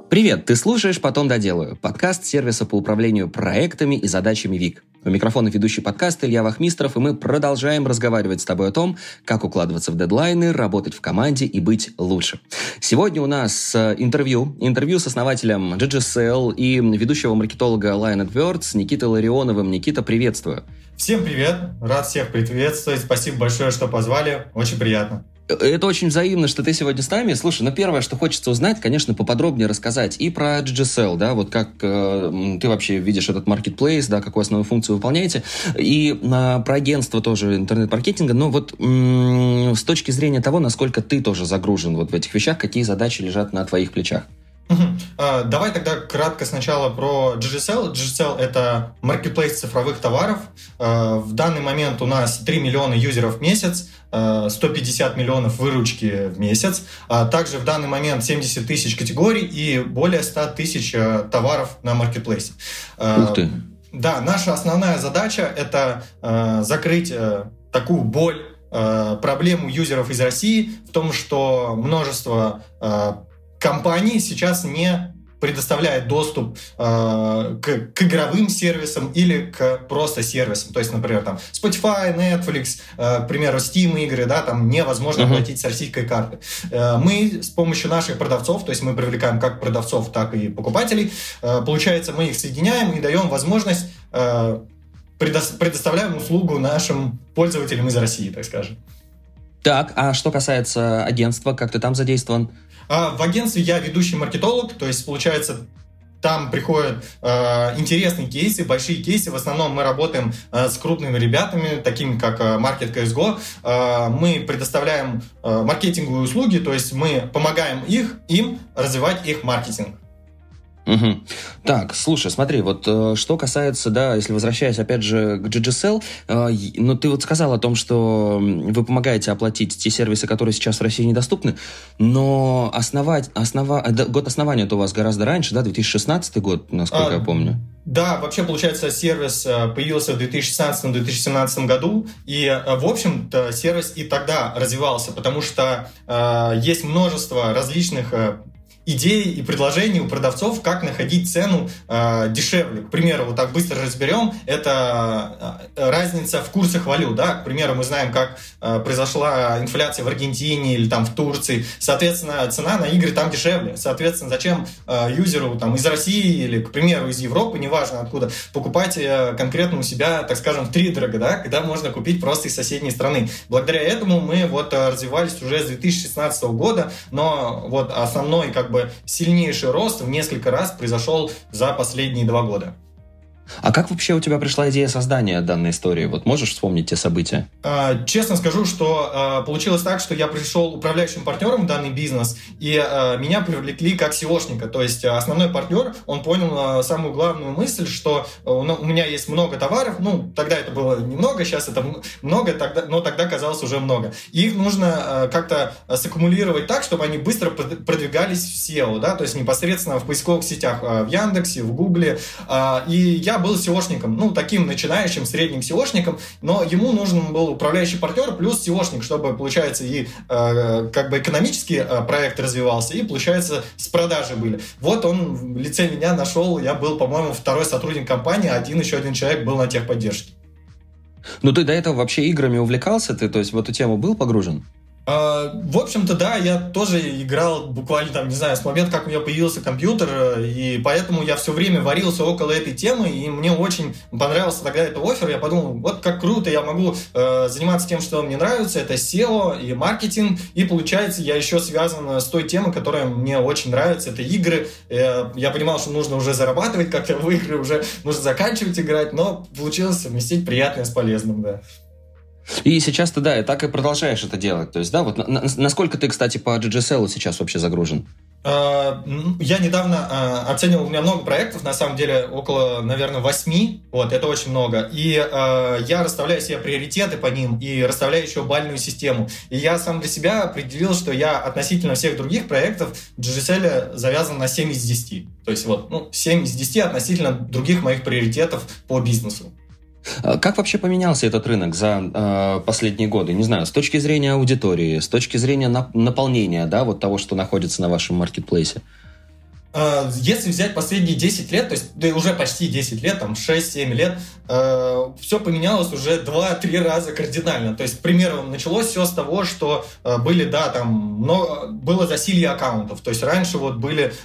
Привет, ты слушаешь «Потом доделаю» – подкаст сервиса по управлению проектами и задачами ВИК. У микрофона ведущий подкаст Илья Вахмистров, и мы продолжаем разговаривать с тобой о том, как укладываться в дедлайны, работать в команде и быть лучше. Сегодня у нас интервью с основателем GGSL и ведущего маркетолога Line AdWords Никитой Ларионовым. Никита, приветствую. Всем привет, рад всех приветствовать, спасибо большое, что позвали, очень приятно. Это очень взаимно, что ты сегодня с нами. Слушай, первое, что хочется узнать, конечно, поподробнее рассказать и про GGSL, да, вот как ты вообще видишь этот marketplace, да, какую основную функцию выполняете, и про агентство тоже интернет-маркетинга, но вот с точки зрения того, насколько ты тоже загружен вот в этих вещах, какие задачи лежат на твоих плечах. Давай тогда кратко сначала про GGSL. GGSL — это маркетплейс цифровых товаров. В данный момент у нас 3 миллиона юзеров в месяц, 150 миллионов выручки в месяц. Также в данный момент 70 тысяч категорий и более 100 тысяч товаров на маркетплейсе. Ух ты! Да, наша основная задача — это закрыть такую боль, проблему юзеров из России в том, что множество компании сейчас не предоставляет доступ к игровым сервисам или к просто сервисам. То есть, например, там Spotify, Netflix, к примеру, Steam игры, да, там невозможно оплатить с российской карты. Мы с помощью наших продавцов, то есть мы привлекаем как продавцов, так и покупателей, получается, мы их соединяем и даем возможность, предоставляем услугу нашим пользователям из России, так скажем. Так, а что касается агентства, как ты там задействован? В агентстве я ведущий маркетолог, то есть, получается, там приходят интересные кейсы, большие кейсы. В основном мы работаем с крупными ребятами, такими как Market CSGO. Мы предоставляем маркетинговые услуги, то есть мы помогаем им развивать их маркетинг. Угу. Так, слушай, смотри, вот что касается, да, если возвращаясь опять же к GGSL, ты вот сказал о том, что вы помогаете оплатить те сервисы, которые сейчас в России недоступны, но год основания-то у вас гораздо раньше, да, 2016 год, насколько я помню. Да, вообще, получается, сервис появился в 2016-2017 году, и, в общем-то, сервис и тогда развивался, потому что есть множество различных идей и предложений у продавцов, как находить цену дешевле. К примеру, вот так быстро разберем, это разница в курсах валют. Да? К примеру, мы знаем, как произошла инфляция в Аргентине или там в Турции. Соответственно, цена на игры там дешевле. Соответственно, зачем юзеру там, из России или, к примеру, из Европы, неважно откуда, покупать конкретно у себя, так скажем, втридорога, да? Когда можно купить просто из соседней страны. Благодаря этому мы вот развивались уже с 2016 года, но вот основной сильнейший рост в несколько раз произошел за последние 2 года. А как вообще у тебя пришла идея создания данной истории? Вот можешь вспомнить те события? Честно скажу, что получилось так, что я пришел управляющим партнером в данный бизнес, и меня привлекли как SEOшника. То есть основной партнер, он понял самую главную мысль, что у меня есть много товаров, тогда это было немного, сейчас это много, но тогда казалось уже много. И их нужно как-то саккумулировать так, чтобы они быстро продвигались в SEO, да, то есть непосредственно в поисковых сетях, в Яндексе, в Гугле. И я был SEOшником, таким начинающим, средним SEOшником, но ему нужен был управляющий партнер плюс SEOшник, чтобы, получается, и экономический проект развивался, и, получается, с продажи были. Вот он в лице меня нашел, я был, по-моему, второй сотрудник компании, еще один человек был на техподдержке. Ты до этого вообще играми увлекался? Ты, то есть, в эту тему был погружен? В общем-то, да, я тоже играл буквально, с момента, как у меня появился компьютер, и поэтому я все время варился около этой темы, и мне очень понравился тогда этот оффер. Я подумал, вот как круто, я могу заниматься тем, что мне нравится, это SEO и маркетинг, и получается, я еще связан с той темой, которая мне очень нравится, это игры. Я понимал, что нужно уже зарабатывать как-то в игры, уже нужно заканчивать играть, но получилось совместить приятное с полезным, да. И сейчас ты, да, и так и продолжаешь это делать. То есть, да, вот насколько ты, кстати, по GGSL сейчас вообще загружен? Я недавно оценивал, у меня много проектов, на самом деле около, наверное, 8, вот, это очень много, и я расставляю себе приоритеты по ним и расставляю еще бальную систему, и я сам для себя определил, что я относительно всех других проектов в GGSL завязан на 7 из 10, то есть вот, 7 из 10 относительно других моих приоритетов по бизнесу. Как вообще поменялся этот рынок за последние годы? Не знаю, с точки зрения аудитории, с точки зрения наполнения, да, вот того, что находится на вашем маркетплейсе? Если взять последние 10 лет, то есть да уже почти 10 лет, там 6-7 лет, все поменялось уже 2-3 раза кардинально. То есть, к примеру, началось все с того, что были, да, там было засилье аккаунтов. То есть раньше вот были...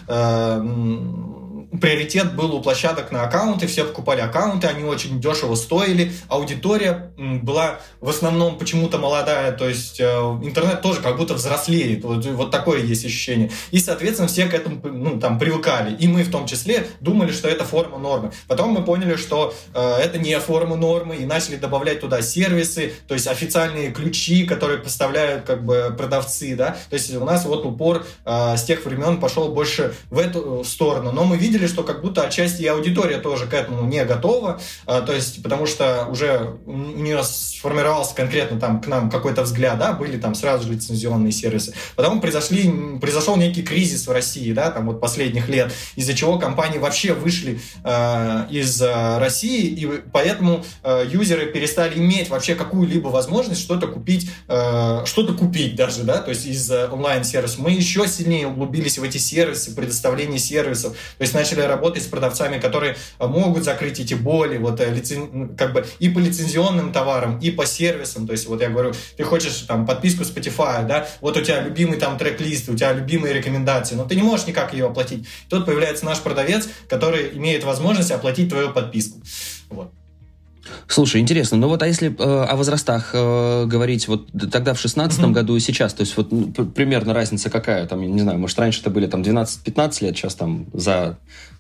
приоритет был у площадок на аккаунты, все покупали аккаунты, они очень дешево стоили, аудитория была в основном почему-то молодая, то есть интернет тоже как будто взрослеет, вот такое есть ощущение. И, соответственно, все к этому привыкали, и мы в том числе думали, что это форма нормы. Потом мы поняли, что это не форма нормы, и начали добавлять туда сервисы, то есть официальные ключи, которые поставляют как бы продавцы, да, то есть у нас вот упор с тех времен пошел больше в эту сторону, но мы видели, что как будто отчасти и аудитория тоже к этому не готова, то есть потому что уже у нее сформировался конкретно там к нам какой-то взгляд, да, были там сразу же лицензионные сервисы. Потом произошел некий кризис в России, да, там вот последних лет, из-за чего компании вообще вышли из России, и поэтому юзеры перестали иметь вообще какую-либо возможность что-то купить даже, да, то есть из онлайн-сервисов. Мы еще сильнее углубились в эти сервисы, предоставление сервисов, то есть начали работать с продавцами, которые могут закрыть эти боли, вот как бы и по лицензионным товарам, и по сервисам. То есть вот я говорю, ты хочешь там подписку Spotify, да, вот у тебя любимый там трек-лист, у тебя любимые рекомендации, но ты не можешь никак ее оплатить. Тут появляется наш продавец, который имеет возможность оплатить твою подписку. Вот. Слушай, интересно, ну вот, а если о возрастах говорить, вот тогда в 16-м году и сейчас, то есть вот примерно разница какая, там, не знаю, может, раньше это были там 12-15 лет, сейчас там за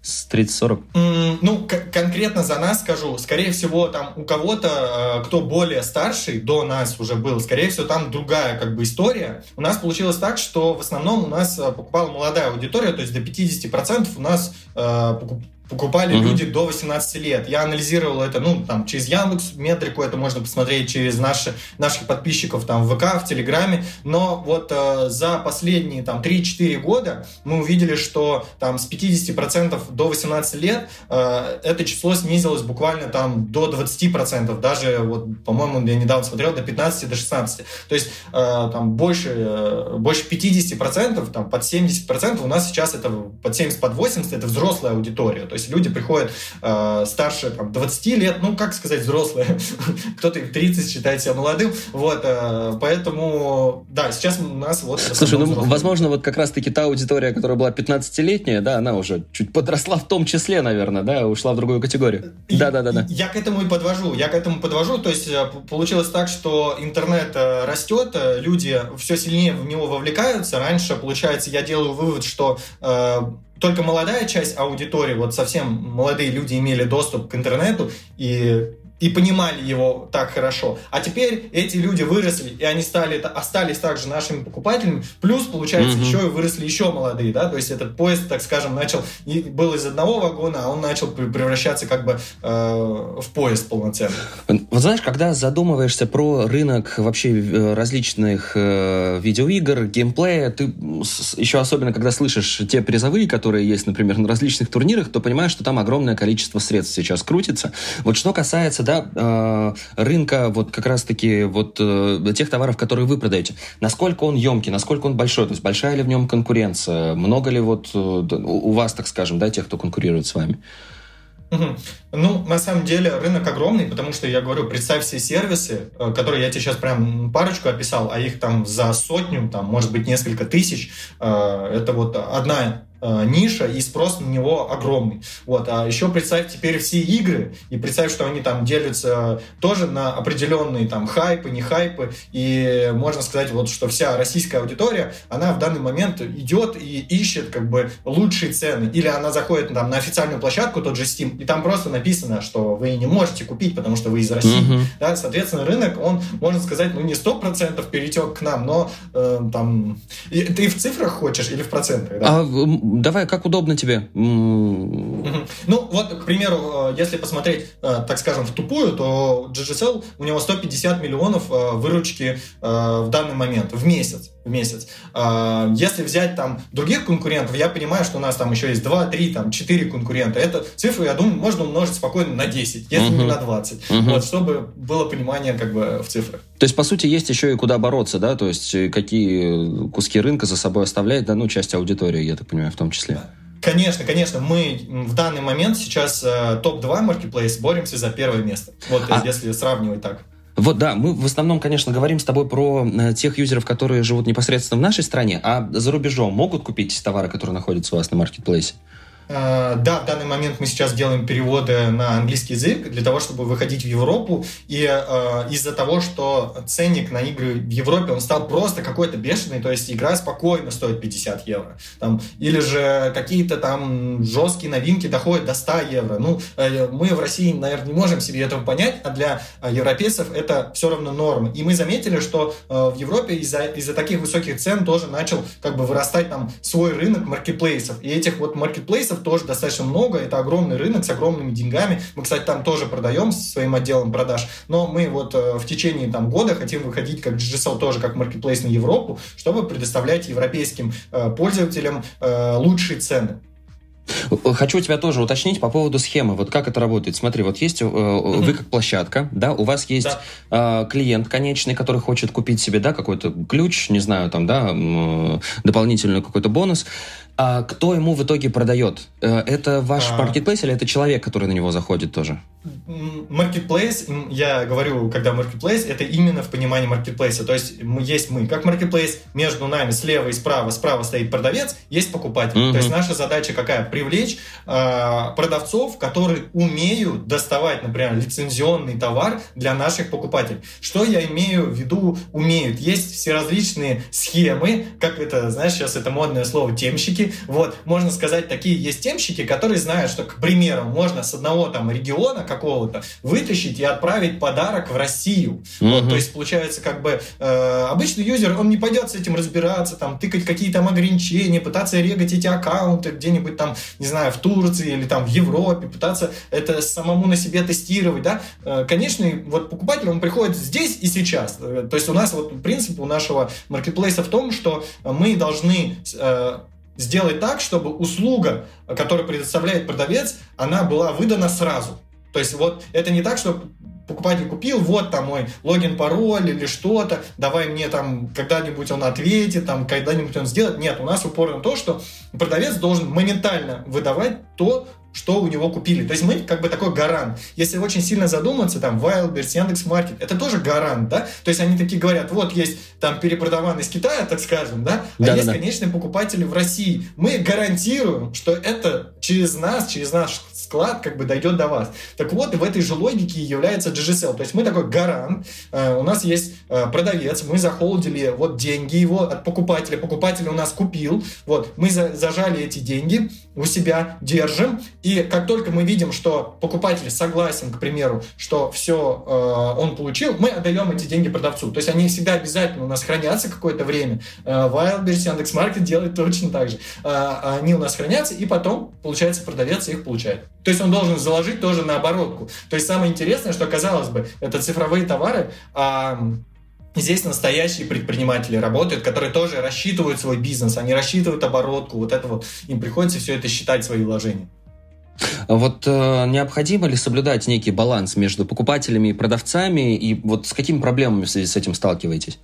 30-40? Ну, конкретно за нас скажу, скорее всего, там у кого-то, кто более старший, до нас уже был, скорее всего, там другая как бы история. У нас получилось так, что в основном у нас покупала молодая аудитория, то есть до 50% у нас покупали люди до 18 лет. Я анализировал это, через Яндекс.Метрику, это можно посмотреть через наших подписчиков там в ВК, в Телеграме. Но вот за последние там 3-4 года мы увидели, что там с 50% до 18 лет это число снизилось буквально там до 20%. Даже вот, по-моему, я недавно смотрел, до 15, до 16. То есть там больше 50%, там под 70% у нас сейчас это под 70, под 80 это взрослая аудитория. То есть люди приходят старше там, 20 лет, как сказать, взрослые, кто-то и в 30 считает себя молодым, вот, поэтому, да, сейчас у нас вот... Слушай, возможно, вот как раз-таки та аудитория, которая была 15-летняя, да, она уже чуть подросла в том числе, наверное, да, ушла в другую категорию. Да. Я к этому подвожу, то есть получилось так, что интернет растет, люди все сильнее в него вовлекаются, раньше, получается, я делаю вывод, что только молодая часть аудитории, вот совсем молодые люди имели доступ к интернету и понимали его так хорошо. А теперь эти люди выросли, и они остались также нашими покупателями, плюс, получается, еще и выросли еще молодые, да, то есть этот поезд, так скажем, был из одного вагона, а он начал превращаться как бы в поезд полноценный. Вот знаешь, когда задумываешься про рынок вообще различных видеоигр, геймплея, ты еще особенно, когда слышишь те призовые, которые есть, например, на различных турнирах, то понимаешь, что там огромное количество средств сейчас крутится. Вот что касается рынка вот как раз-таки вот тех товаров, которые вы продаете. Насколько он емкий, насколько он большой? То есть большая ли в нем конкуренция? Много ли вот у вас, так скажем, да, тех, кто конкурирует с вами? На самом деле рынок огромный, потому что, я говорю, представь все сервисы, которые я тебе сейчас прям парочку описал, а их там за сотню, там, может быть, несколько тысяч. Это вот одна ниша, и спрос на него огромный. Вот. А еще представь теперь все игры, и представь, что они там делятся тоже на определенные там хайпы, не хайпы, и можно сказать, вот, что вся российская аудитория, она в данный момент идет и ищет как бы лучшие цены, или она заходит там на официальную площадку, тот же Steam, и там просто написано, что вы не можете купить, потому что вы из России. Да? Соответственно, рынок, он, можно сказать, не 100% перетек к нам, но там... Ты в цифрах хочешь или в процентах? Да? Давай, как удобно тебе. Вот, к примеру, если посмотреть, так скажем, в тупую, то GGSL, у него 150 миллионов выручки в данный момент, в месяц. Если взять там других конкурентов, я понимаю, что у нас там еще есть 2, 3, там 4 конкурента. Эту цифру, я думаю, можно умножить спокойно на 10, если не на 20. Вот, чтобы было понимание как бы в цифрах. То есть, по сути, есть еще и куда бороться, да? То есть, какие куски рынка за собой оставляет, да, часть аудитории, я так понимаю, в том числе. Конечно, мы в данный момент сейчас топ-2 маркетплейс, боремся за первое место. Вот если сравнивать так. Вот да, мы в основном, конечно, говорим с тобой про тех юзеров, которые живут непосредственно в нашей стране, а за рубежом могут купить товары, которые находятся у вас на маркетплейсе? Да, в данный момент мы сейчас делаем переводы на английский язык для того, чтобы выходить в Европу. И из-за того, что ценник на игры в Европе, он стал просто какой-то бешеный, то есть игра спокойно стоит 50 евро. Или же какие-то там жесткие новинки доходят до 100 евро. Мы в России, наверное, не можем себе этого понять, а для европейцев это все равно норма. И мы заметили, что в Европе из-за таких высоких цен тоже начал вырастать там свой рынок маркетплейсов. И этих вот маркетплейсов тоже достаточно много, это огромный рынок с огромными деньгами. Мы, кстати, там тоже продаем со своим отделом продаж, но мы вот в течение года хотим выходить как Digicel тоже как маркетплейс на Европу, чтобы предоставлять европейским пользователям лучшие цены. Хочу тебя тоже уточнить по поводу схемы. Вот как это работает? Смотри, вот есть вы как площадка, да, у вас есть клиент конечный, который хочет купить себе, да, какой-то ключ, не знаю, там, да, дополнительный какой-то бонус. А кто ему в итоге продает? Это ваш маркетплейс или это человек, который на него заходит тоже? Маркетплейс, я говорю, когда маркетплейс, это именно в понимании маркетплейса. То есть мы как маркетплейс, между нами слева и справа стоит продавец, есть покупатель. То есть наша задача какая? Привлечь продавцов, которые умеют доставать, например, лицензионный товар для наших покупателей. Что я имею в виду умеют? Есть все различные схемы, как это, знаешь, сейчас это модное слово, темщики. Вот, можно сказать, такие есть темщики, которые знают, что, к примеру, можно с одного там региона какого-то вытащить и отправить подарок в Россию. Вот, то есть, получается, обычный юзер, он не пойдет с этим разбираться, там, тыкать какие-то там ограничения, пытаться регать эти аккаунты где-нибудь там, не знаю, в Турции или там в Европе, пытаться это самому на себе тестировать, да. Конечный вот покупатель, он приходит здесь и сейчас. То есть, у нас вот принцип у нашего маркетплейса в том, что мы должны сделать так, чтобы услуга, которую предоставляет продавец, она была выдана сразу. То есть вот это не так, что покупатель купил, вот там мой логин, пароль или что-то, давай мне там когда-нибудь он ответит, там когда-нибудь он сделает. Нет, у нас упор на то, что продавец должен моментально выдавать то, что у него купили. То есть мы такой гарант. Если очень сильно задуматься, там, Wildberries, Яндекс.Маркет, это тоже гарант, да? То есть они такие говорят, вот есть там перепродаван из Китая, так скажем, да? Есть конечные покупатели в России. Мы гарантируем, что это через наш склад дойдет до вас. Так вот, в этой же логике является Digicel. То есть мы такой гарант, у нас есть продавец, мы захолдили вот деньги его от покупателя, покупатель у нас купил, вот, мы зажали эти деньги у себя, держим, и как только мы видим, что покупатель согласен, к примеру, что все он получил, мы отдаем эти деньги продавцу. То есть они всегда обязательно у нас хранятся какое-то время. Wildberries, Яндекс.Маркет делает точно так же. Они у нас хранятся, и потом, получается, продавец их получает. То есть он должен заложить тоже на оборотку. То есть самое интересное, что, казалось бы, это цифровые товары, здесь настоящие предприниматели работают, которые тоже рассчитывают свой бизнес, они рассчитывают оборотку, вот это вот, им приходится все это считать, свои вложения. Вот необходимо ли соблюдать некий баланс между покупателями и продавцами, и вот с какими проблемами в связи с этим сталкиваетесь?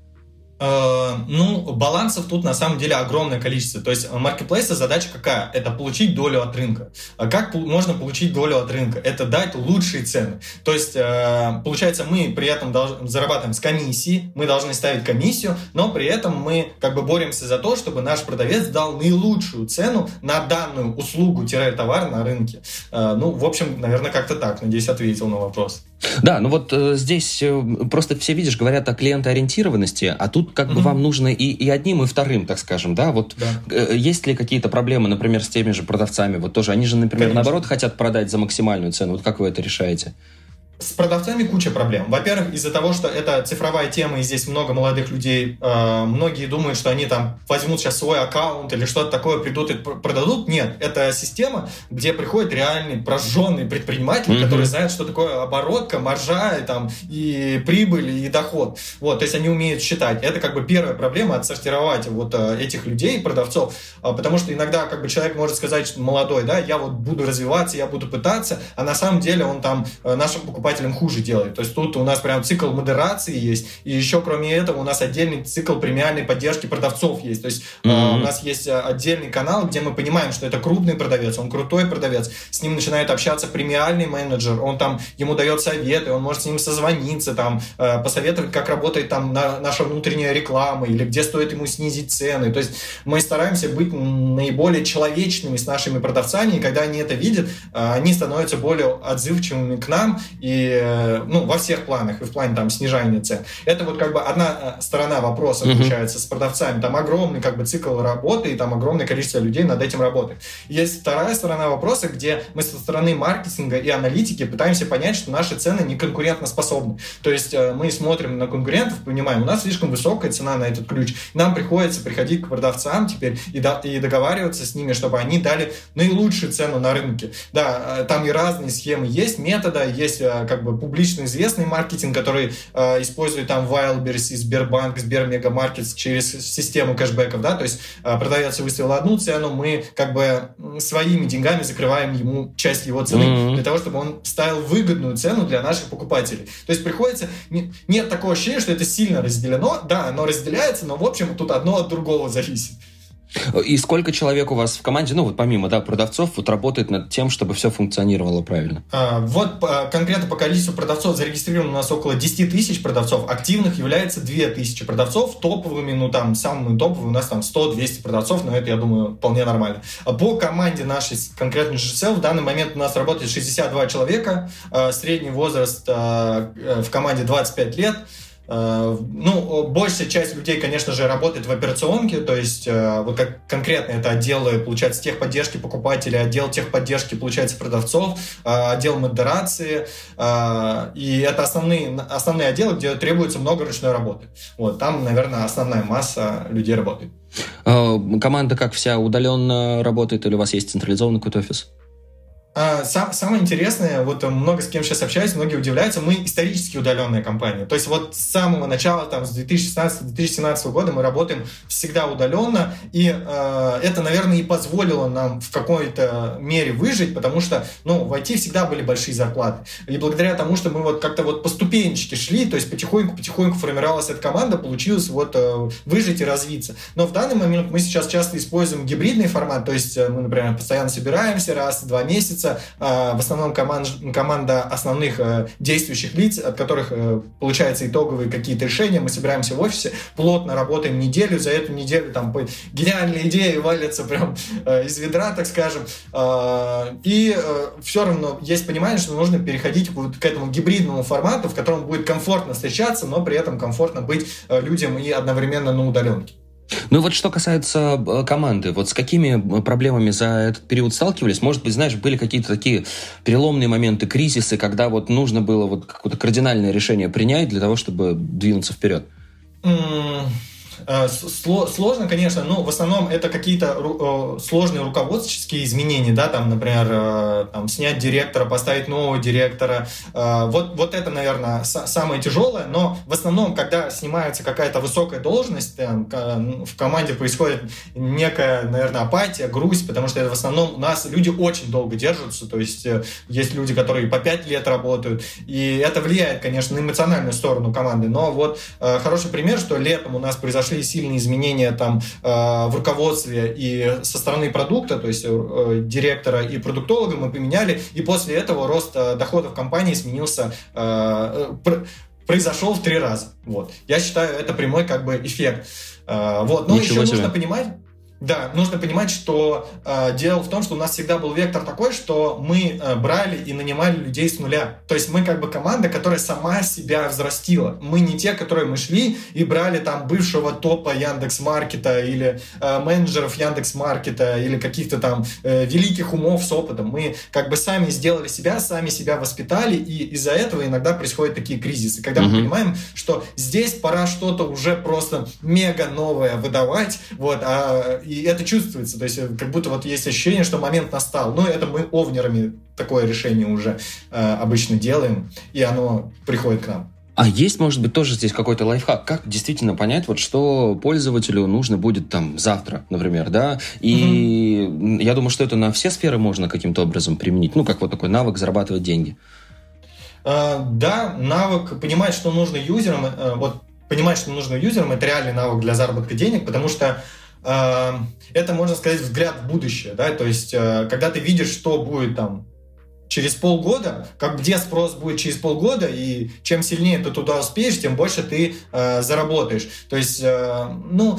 Балансов тут на самом деле огромное количество. То есть маркетплейса задача какая? Это получить долю от рынка. Как можно получить долю от рынка? Это дать лучшие цены. То есть, получается, мы при этом зарабатываем с комиссии, мы должны ставить комиссию, но при этом мы боремся за то, чтобы наш продавец дал наилучшую цену на данную услугу-товар на рынке. В общем, наверное, как-то так. Надеюсь, ответил на вопрос. Да, здесь просто все, видишь, говорят о клиентоориентированности, а тут вам нужно и одним, и вторым, так скажем, да? Есть ли какие-то проблемы, например, с теми же продавцами? Вот тоже, они же, например, Конечно. Наоборот, хотят продать за максимальную цену. Вот как вы это решаете? С продавцами куча проблем. Во-первых, из-за того, что это цифровая тема, и здесь много молодых людей, многие думают, что они там возьмут сейчас свой аккаунт или что-то такое, придут и продадут. Нет, это система, где приходят реальные прожженные предприниматели, которые знают, что такое оборотка, маржа, и прибыль, и доход. Вот, то есть они умеют считать. Это первая проблема, отсортировать этих людей, продавцов, потому что иногда человек может сказать, что молодой, да, я буду развиваться, я буду пытаться, а на самом деле он нашим покупателям покупателям хуже делает. То есть тут у нас прям цикл модерации есть, и еще кроме этого у нас отдельный цикл премиальной поддержки продавцов есть. То есть у нас есть отдельный канал, где мы понимаем, что это крупный продавец, он крутой продавец, с ним начинает общаться премиальный менеджер, он там, ему дает советы, он может с ним созвониться, там, посоветовать, как работает там наша внутренняя реклама, или где стоит ему снизить цены. То есть мы стараемся быть наиболее человечными с нашими продавцами, и когда они это видят, они становятся более отзывчивыми к нам, и во всех планах, и в плане там снижения цен. Это вот как бы одна сторона вопроса получается с продавцами. Там огромный как бы цикл работы, и там огромное количество людей над этим работает. Есть вторая сторона вопроса, где мы со стороны маркетинга и аналитики пытаемся понять, что наши цены не конкурентоспособны. То есть мы смотрим на конкурентов, понимаем, у нас слишком высокая цена на этот ключ. Нам приходится приходить к продавцам теперь и договариваться с ними, чтобы они дали наилучшую цену на рынке. Да, там и разные схемы есть, метода, есть как бы публично известный маркетинг, который использует там Wildberries и Сбербанк, Сбермегамаркет через систему кэшбэков, да, то есть продавец выставил одну цену, мы как бы своими деньгами закрываем ему часть его цены для того, чтобы он ставил выгодную цену для наших покупателей. То есть приходится... Нет такого ощущения, что это сильно разделено. Да, оно разделяется, но в общем тут одно от другого зависит. И сколько человек у вас в команде, помимо продавцов, работает над тем, чтобы все функционировало правильно? Конкретно по количеству продавцов зарегистрировано у нас около 10 тысяч продавцов, активных является 2000 продавцов, топовыми, самыми топовыми у нас там 100-200 продавцов, но это, я думаю, вполне нормально. По команде нашей, конкретно GSL, в данный момент у нас работает 62 человека, средний возраст в команде 25 лет. Большая часть людей, конечно же, работает в операционке, то есть вот как конкретно это отделы, получается, техподдержки покупателей, отдел техподдержки, получается, продавцов, отдел модерации, и это основные отделы, где требуется много ручной работы. Вот, там, наверное, основная масса людей работает. Команда как вся удаленно работает или у вас есть централизованный какой-то офис? Самое интересное, много с кем сейчас общаюсь, многие удивляются, мы исторически удаленная компания. То есть с самого начала, с 2016-2017 года мы работаем всегда удаленно, и это, наверное, и позволило нам в какой-то мере выжить, потому что, в IT всегда были большие зарплаты. И благодаря тому, что мы как-то по ступенечке шли, то есть потихоньку формировалась эта команда, получилось выжить и развиться. Но в данный момент мы сейчас часто используем гибридный формат, то есть мы, например, постоянно собираемся раз в 2 месяца, в основном команда основных действующих лиц, от которых получаются итоговые какие-то решения. Мы собираемся в офисе, плотно работаем неделю, за эту неделю там гениальные идеи валятся прям из ведра, так скажем. И все равно есть понимание, что нужно переходить к этому гибридному формату, в котором будет комфортно встречаться, но при этом комфортно быть людям и одновременно на удаленке. Что касается команды, с какими проблемами за этот период сталкивались? Может быть, были какие-то такие переломные моменты, кризисы, когда нужно было какое-то кардинальное решение принять для того, чтобы двинуться вперед? Сложно, конечно, но в основном это какие-то сложные руководческие изменения, да, например, снять директора, поставить нового директора. Вот это, наверное, самое тяжелое, но в основном, когда снимается какая-то высокая должность, в команде происходит некая, наверное, апатия, грусть, потому что это в основном у нас люди очень долго держатся, то есть есть люди, которые по 5 лет работают, и это влияет, конечно, на эмоциональную сторону команды, но хороший пример, что летом у нас произошли сильные изменения в руководстве и со стороны продукта, то есть директора и продуктолога мы поменяли, и после этого рост доходов компании произошел в 3 раза. Я считаю, это прямой эффект. Но еще нужно понимать... Да, нужно понимать, что дело в том, что у нас всегда был вектор такой, что мы брали и нанимали людей с нуля. То есть мы команда, которая сама себя взрастила. Мы не те, которые мы шли и брали бывшего топа Яндекс.Маркета или менеджеров Яндекс.Маркета или каких-то великих умов с опытом. Мы сами сделали себя, сами себя воспитали, и из-за этого иногда происходят такие кризисы, когда мы понимаем, что здесь пора что-то уже просто мега новое выдавать, и это чувствуется, то есть как будто есть ощущение, что момент настал. Но это мы овнерами такое решение уже обычно делаем, и оно приходит к нам. А есть, может быть, тоже здесь какой-то лайфхак? Как действительно понять, что пользователю нужно будет завтра, например, да? И я думаю, что это на все сферы можно каким-то образом применить. Как такой навык зарабатывать деньги. Да, навык понимать, что нужно юзерам, понимать, что нужно юзерам, это реальный навык для заработка денег, потому что это, можно сказать, взгляд в будущее, да, то есть, когда ты видишь, что будет там через полгода, где спрос будет через полгода, и чем сильнее ты туда успеешь, тем больше ты заработаешь. То есть, это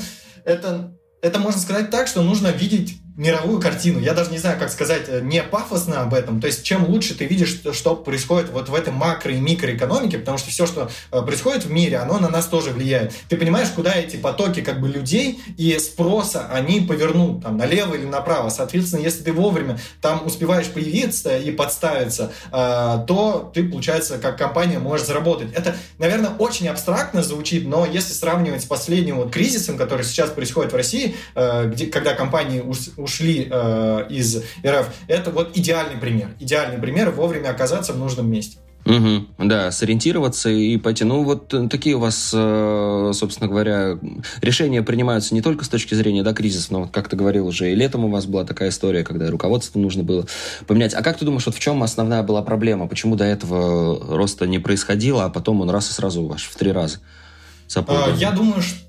можно сказать так, что нужно видеть мировую картину. Я даже не знаю, как сказать не пафосно об этом. То есть, чем лучше ты видишь, что происходит вот в этой макро- и микроэкономике, потому что все, что происходит в мире, оно на нас тоже влияет. Ты понимаешь, куда эти потоки людей и спроса, они повернут там налево или направо. Соответственно, если ты вовремя там успеваешь появиться и подставиться, то ты, получается, как компания можешь заработать. Это, наверное, очень абстрактно звучит, но если сравнивать с последним кризисом, который сейчас происходит в России, когда компании ушли из РФ, это идеальный пример. Идеальный пример вовремя оказаться в нужном месте. Угу, да, сориентироваться и пойти. Такие у вас, собственно говоря, решения принимаются не только с точки зрения кризиса, но, как ты говорил уже, и летом у вас была такая история, когда руководство нужно было поменять. А как ты думаешь, в чем основная была проблема? Почему до этого роста не происходило, а потом он раз и сразу ваш в 3 раза? Я думаю, что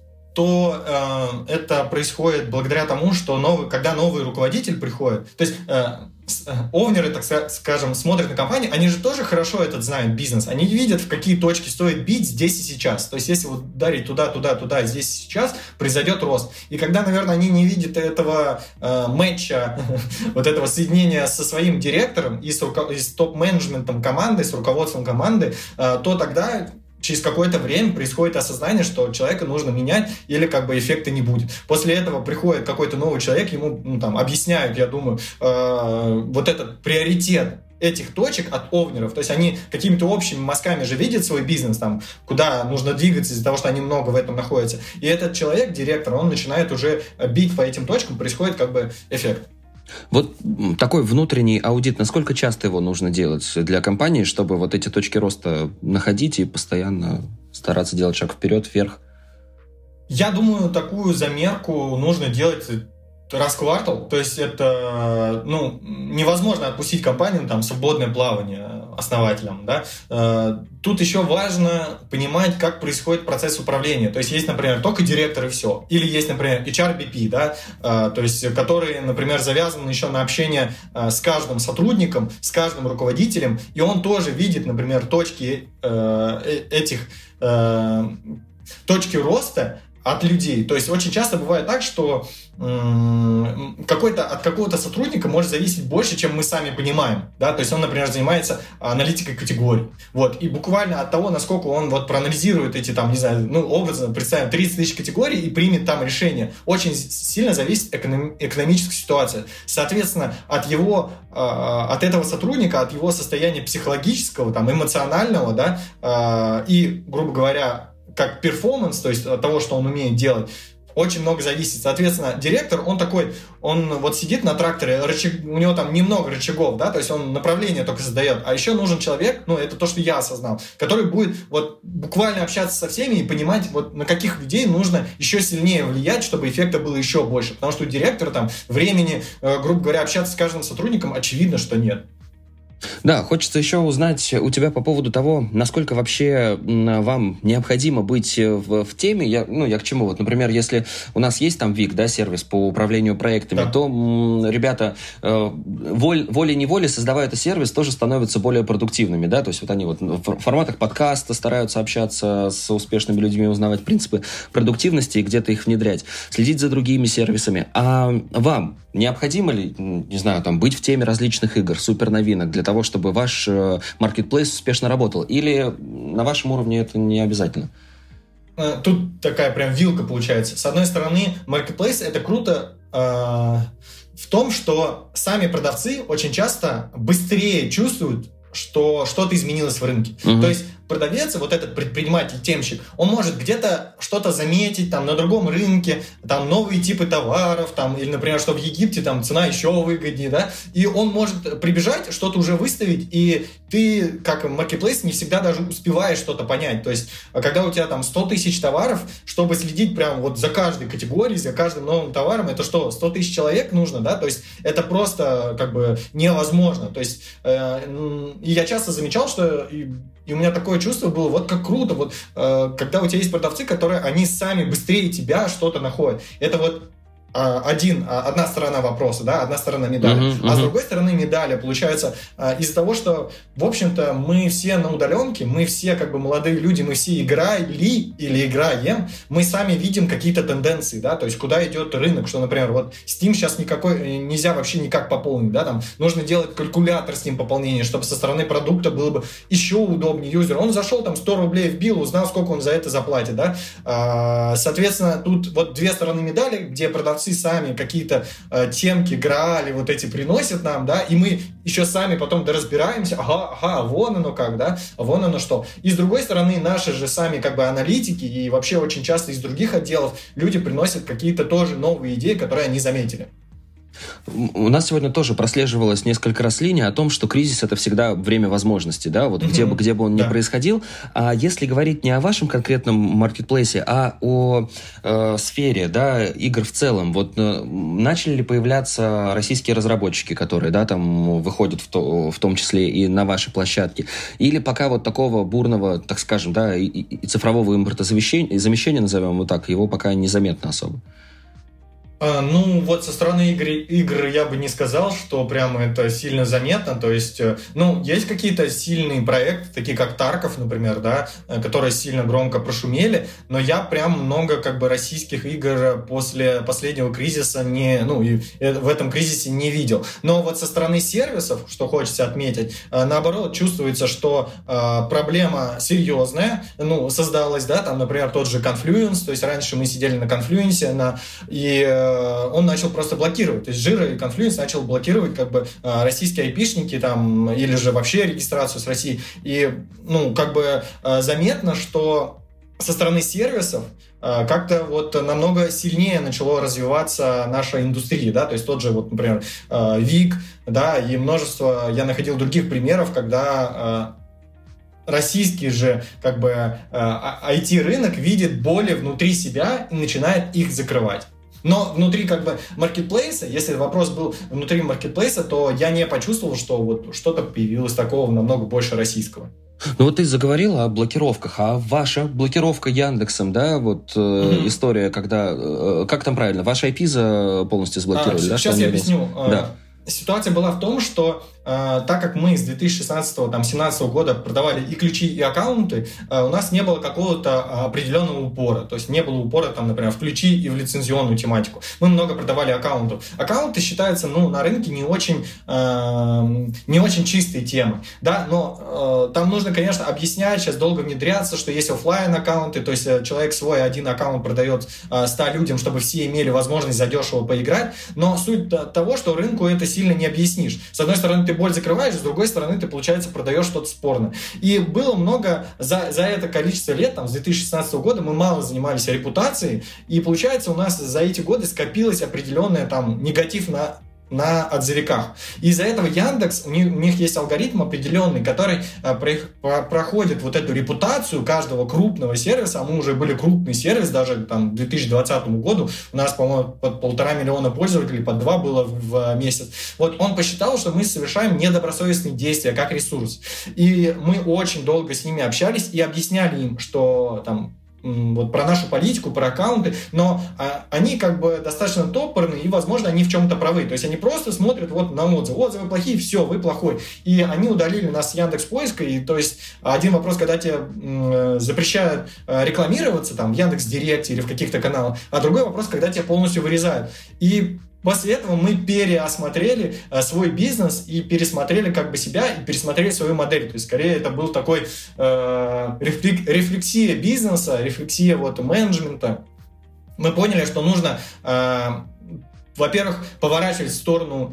это происходит благодаря тому, что когда новый руководитель приходит, то есть овнеры, так скажем, смотрят на компанию, они же тоже хорошо знают бизнес, они видят, в какие точки стоит бить здесь и сейчас. То есть если ударить туда, здесь и сейчас, произойдет рост. И когда, наверное, они не видят этого матча, этого соединения со своим директором и с топ-менеджментом команды, с руководством команды, то тогда через какое-то время происходит осознание, что человека нужно менять или эффекта не будет. После этого приходит какой-то новый человек, ему объясняют, я думаю, этот приоритет этих точек от овнеров. То есть они какими-то общими мазками же видят свой бизнес, куда нужно двигаться из-за того, что они много в этом находятся. И этот человек, директор, он начинает уже бить по этим точкам, происходит эффект. Такой внутренний аудит, насколько часто его нужно делать для компании, чтобы эти точки роста находить и постоянно стараться делать шаг вперед, вверх? Я думаю, такую замерку нужно делать раз в квартал. То есть это невозможно отпустить компанию в свободное плавание основателям. Да? Тут еще важно понимать, как происходит процесс управления. То есть есть, например, только директор и все. Или есть, например, HRBP, да? То есть, которые, например, завязаны еще на общение с каждым сотрудником, с каждым руководителем, и он тоже видит, например, точки точки роста от людей. То есть очень часто бывает так, что от какого-то сотрудника может зависеть больше, чем мы сами понимаем. Да? То есть он, например, занимается аналитикой категорий. И буквально от того, насколько он проанализирует эти, образно представим, 30 тысяч категорий и примет решение, очень сильно зависит экономическая ситуация. Соответственно, от этого сотрудника, от его состояния психологического, эмоционального, да, и, грубо говоря, как перформанс, то есть от того, что он умеет делать, очень много зависит. Соответственно, директор, он сидит на тракторе, у него немного рычагов, да, то есть он направление только задает, а еще нужен человек, это то, что я осознал, который будет буквально общаться со всеми и понимать, на каких людей нужно еще сильнее влиять, чтобы эффекта было еще больше, потому что у директора времени, грубо говоря, общаться с каждым сотрудником, очевидно, что нет. Да, хочется еще узнать у тебя по поводу того, насколько вообще вам необходимо быть в теме. Я к чему? Например, если у нас есть Вик, да, сервис по управлению проектами, да, то ребята волей-неволей, создавая этот сервис, тоже становятся более продуктивными, да, то есть они в форматах подкаста стараются общаться с успешными людьми, узнавать принципы продуктивности и где-то их внедрять, следить за другими сервисами. А вам необходимо ли, не знаю, быть в теме различных игр, суперновинок, для того, чтобы ваш маркетплейс успешно работал? Или на вашем уровне это не обязательно? Тут такая прям вилка получается. С одной стороны, маркетплейс — это круто в том, что сами продавцы очень часто быстрее чувствуют, что что-то изменилось в рынке. То есть продавец, вот этот предприниматель-темщик, он может где-то что-то заметить, там, на другом рынке, там, новые типы товаров, там, или, например, что в Египте, там, цена еще выгоднее, да, и он может прибежать, что-то уже выставить, и ты, как маркетплейс, не всегда даже успеваешь что-то понять. То есть, когда у тебя там 100 тысяч товаров, чтобы следить прям вот за каждой категорией, за каждым новым товаром, это что, 100 тысяч человек нужно, да? То есть, это просто как бы невозможно. То есть, и я часто замечал, что и у меня такое чувство было, вот как круто, вот когда у тебя есть продавцы, которые, они сами быстрее тебя что-то находят. Это вот одна сторона вопроса, да, одна сторона медали. А с другой стороны медали, получается, из-за того, что, в общем-то, мы все на удаленке, мы все как бы молодые люди, мы все играли или играем, мы сами видим какие-то тенденции, да, то есть куда идет рынок, что, например, вот Steam сейчас нельзя вообще никак пополнить, да, там нужно делать калькулятор с ним пополнения, чтобы со стороны продукта было бы еще удобнее юзеру. Он зашел, там 100 рублей вбил, узнал, сколько он за это заплатит, да. Соответственно, тут вот две стороны медали, где продавцы сами какие-то темки, граали вот эти приносят нам, да, и мы еще сами потом разбираемся, ага, вон оно как, да, вон оно что. И с другой стороны, наши же сами как бы аналитики и вообще очень часто из других отделов люди приносят какие-то тоже новые идеи, которые они заметили. У нас сегодня тоже прослеживалось несколько раз линия о том, что кризис — это всегда время возможностей, да, вот где бы он ни происходил. А если говорить не о вашем конкретном маркетплейсе, а о сфере, да, игр в целом, вот начали ли появляться российские разработчики, которые, да, там выходят в том числе и на ваши площадки, или пока вот такого бурного, так скажем, да, и цифрового импортозамещения, назовем его так, его пока незаметно особо? Ну, вот со стороны игр я бы не сказал, что прямо это сильно заметно. То есть, ну, есть какие-то сильные проекты, такие как Тарков, например, да, которые сильно громко прошумели, но я прям много как бы российских игр после последнего кризиса и в этом кризисе не видел. Но вот со стороны сервисов, что хочется отметить, наоборот, чувствуется, что проблема серьезная, создалась, да, там, например, тот же Confluence, то есть раньше мы сидели на Confluence, и он начал просто блокировать. То есть Jira и Confluence начал блокировать как бы российские айпишники там, или же вообще регистрацию с России. И как бы заметно, что со стороны сервисов как-то вот намного сильнее начало развиваться наша индустрия, да, то есть тот же, вот, например, Вик, да, и множество, я находил других примеров, когда российский же как бы IT-рынок видит боли внутри себя и начинает их закрывать. Но внутри как бы маркетплейса, если вопрос был внутри маркетплейса, то я не почувствовал, что вот что-то появилось такого намного больше российского. Ну вот ты заговорил о блокировках, а ваша блокировка Яндексом, да, вот история, когда, как там правильно, ваш IP полностью заблокировали, да? Сейчас я объясню. Да. Ситуация была в том, что так как мы с 2016-2017 года продавали и ключи, и аккаунты, у нас не было какого-то определенного упора. То есть не было упора, там, например, в ключи и в лицензионную тематику. Мы много продавали аккаунтов. Аккаунты считаются на рынке не очень чистой темой. Да? Но там нужно, конечно, объяснять, сейчас долго внедряться, что есть офлайн аккаунты, то есть человек свой один аккаунт продает 100 людям, чтобы все имели возможность задешево поиграть. Но суть того, что рынку это сильно не объяснишь. С одной стороны, ты боль закрываешь, с другой стороны, ты, получается, продаешь что-то спорное. И было много за это количество лет, там, с 2016 года мы мало занимались репутацией, и, получается, у нас за эти годы скопилось определенный там негатив на отзывиках. И из-за этого Яндекс, у них есть алгоритм определенный, который проходит вот эту репутацию каждого крупного сервиса, а мы уже были крупный сервис, даже там к 2020 году у нас, по-моему, под 1,5 миллиона пользователей, под 2 было в месяц. Вот он посчитал, что мы совершаем недобросовестные действия как ресурс. И мы очень долго с ними общались и объясняли им, что там вот про нашу политику, про аккаунты, но они как бы достаточно топорные, и, возможно, они в чем-то правы. То есть они просто смотрят вот на отзывы. Отзывы плохие, все, вы плохой. И они удалили нас с Яндекс.Поиска, и то есть один вопрос, когда тебе запрещают рекламироваться там в Яндекс.Директе или в каких-то каналах, а другой вопрос, когда тебя полностью вырезают. И после этого мы переосмотрели свой бизнес и пересмотрели как бы себя и пересмотрели свою модель. То есть, скорее, это был такой рефлексия бизнеса, рефлексия вот менеджмента. Мы поняли, что нужно во-первых, поворачивать в сторону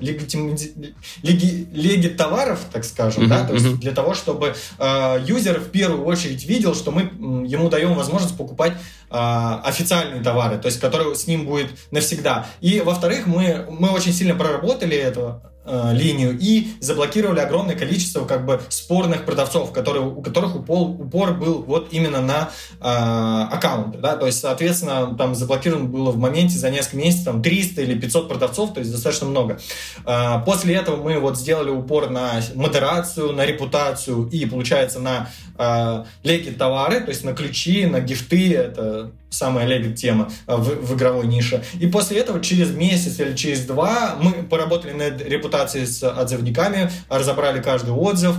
леги товаров, так скажем, да, то есть для того, чтобы юзер в первую очередь видел, что мы ему даем возможность покупать официальные товары, то есть которые с ним будет навсегда. И, во-вторых, мы очень сильно проработали эту линию и заблокировали огромное количество как бы спорных продавцов, у которых упор был вот именно на аккаунты, да, то есть, соответственно, там заблокировано было в моменте за несколько месяцев там 300 или 500 продавцов, то есть достаточно много. После этого мы вот сделали упор на модерацию, на репутацию и, получается, на леги товары, то есть на ключи, на гифты, это самая леги тема в игровой нише. И после этого через месяц или через два мы поработали над репутацией с отзывниками, разобрали каждый отзыв,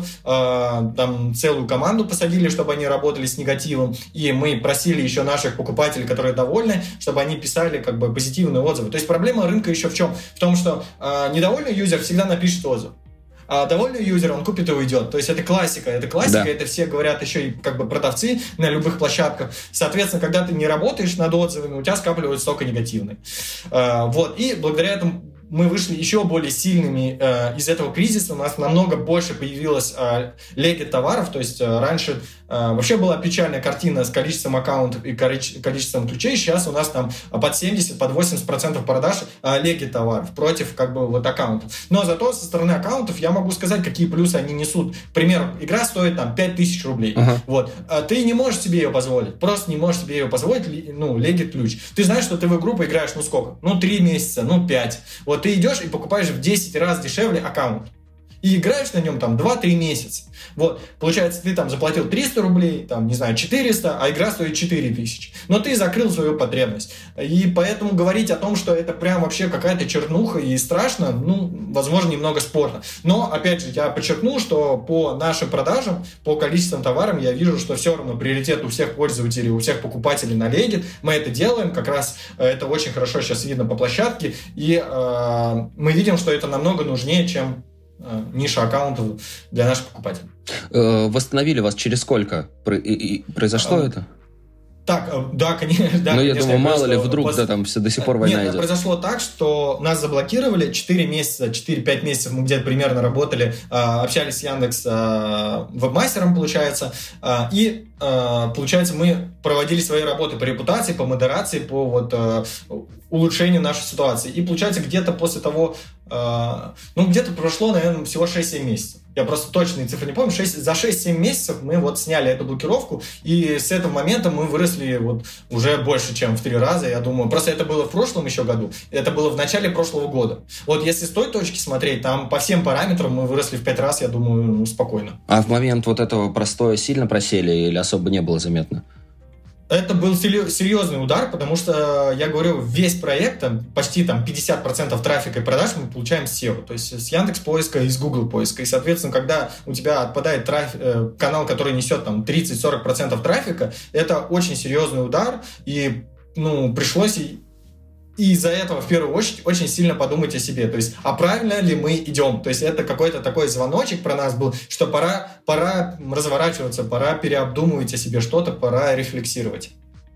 там целую команду посадили, чтобы они работали с негативом, и мы просили еще наших покупателей, которые довольны, чтобы они писали как бы позитивные отзывы. То есть проблема рынка еще в чем? В том, что недовольный юзер всегда напишет отзыв. А довольный юзер, он купит и уйдет. То есть это классика, да. Это все говорят еще и как бы продавцы на любых площадках. Соответственно, когда ты не работаешь над отзывами, у тебя скапливается только негативный. Вот. И благодаря этому мы вышли еще более сильными из этого кризиса. У нас намного больше появилось леги товаров. То есть раньше вообще была печальная картина с количеством аккаунтов и количеством ключей. Сейчас у нас там под 70, под 80% продаж леги товаров против как бы вот аккаунтов. Но зато со стороны аккаунтов я могу сказать, какие плюсы они несут. К примеру, игра стоит там 5000 рублей. Вот. Ты не можешь себе ее позволить. Просто не можешь себе ее позволить, леги ключ. Ты знаешь, что ты в игру поиграешь, сколько? 3 месяца, 5. Вот ты идешь и покупаешь в 10 раз дешевле аккаунт. И играешь на нем там 2-3 месяца. Вот, получается, ты там заплатил 300 рублей, там, не знаю, 400, а игра стоит 4000. Но ты закрыл свою потребность. И поэтому говорить о том, что это прям вообще какая-то чернуха и страшно, возможно, немного спорно. Но, опять же, я подчеркну, что по нашим продажам, по количествам товаров, я вижу, что все равно приоритет у всех пользователей, у всех покупателей на Legit. Мы это делаем, как раз это очень хорошо сейчас видно по площадке. И мы видим, что это намного нужнее, чем ниша аккаунтов для наших покупателей. Восстановили вас через сколько произошло это? Так, да, конечно. Да, я думаю, мало ли вдруг там все до сих пор война идет. Произошло так, что нас заблокировали 4 месяца, 4-5 месяцев мы где-то примерно работали, общались с Яндекс вебмастером, получается, и, получается, мы проводили свои работы по репутации, по модерации, по вот улучшению нашей ситуации. И, получается, где-то после того, где-то прошло, наверное, всего 6-7 месяцев. Я просто точные цифры не помню. За 6-7 месяцев мы вот сняли эту блокировку, и с этого момента мы выросли вот уже больше, чем в 3 раза, я думаю. Просто это было в прошлом еще году, это было в начале прошлого года. Вот если с той точки смотреть, там по всем параметрам мы выросли в 5 раз, я думаю, спокойно. А в момент вот этого простоя сильно просели или особо не было заметно? Это был серьезный удар, потому что, я говорю, весь проект, почти там 50% трафика и продаж мы получаем с SEO, то есть с Яндекс.Поиска и с Google поиска. И, соответственно, когда у тебя отпадает канал, который несет там 30-40% трафика, это очень серьезный удар, и пришлось и из-за этого, в первую очередь, очень сильно подумать о себе. То есть, а правильно ли мы идем? То есть, это какой-то такой звоночек про нас был, что пора разворачиваться, пора переобдумывать о себе что-то, пора рефлексировать.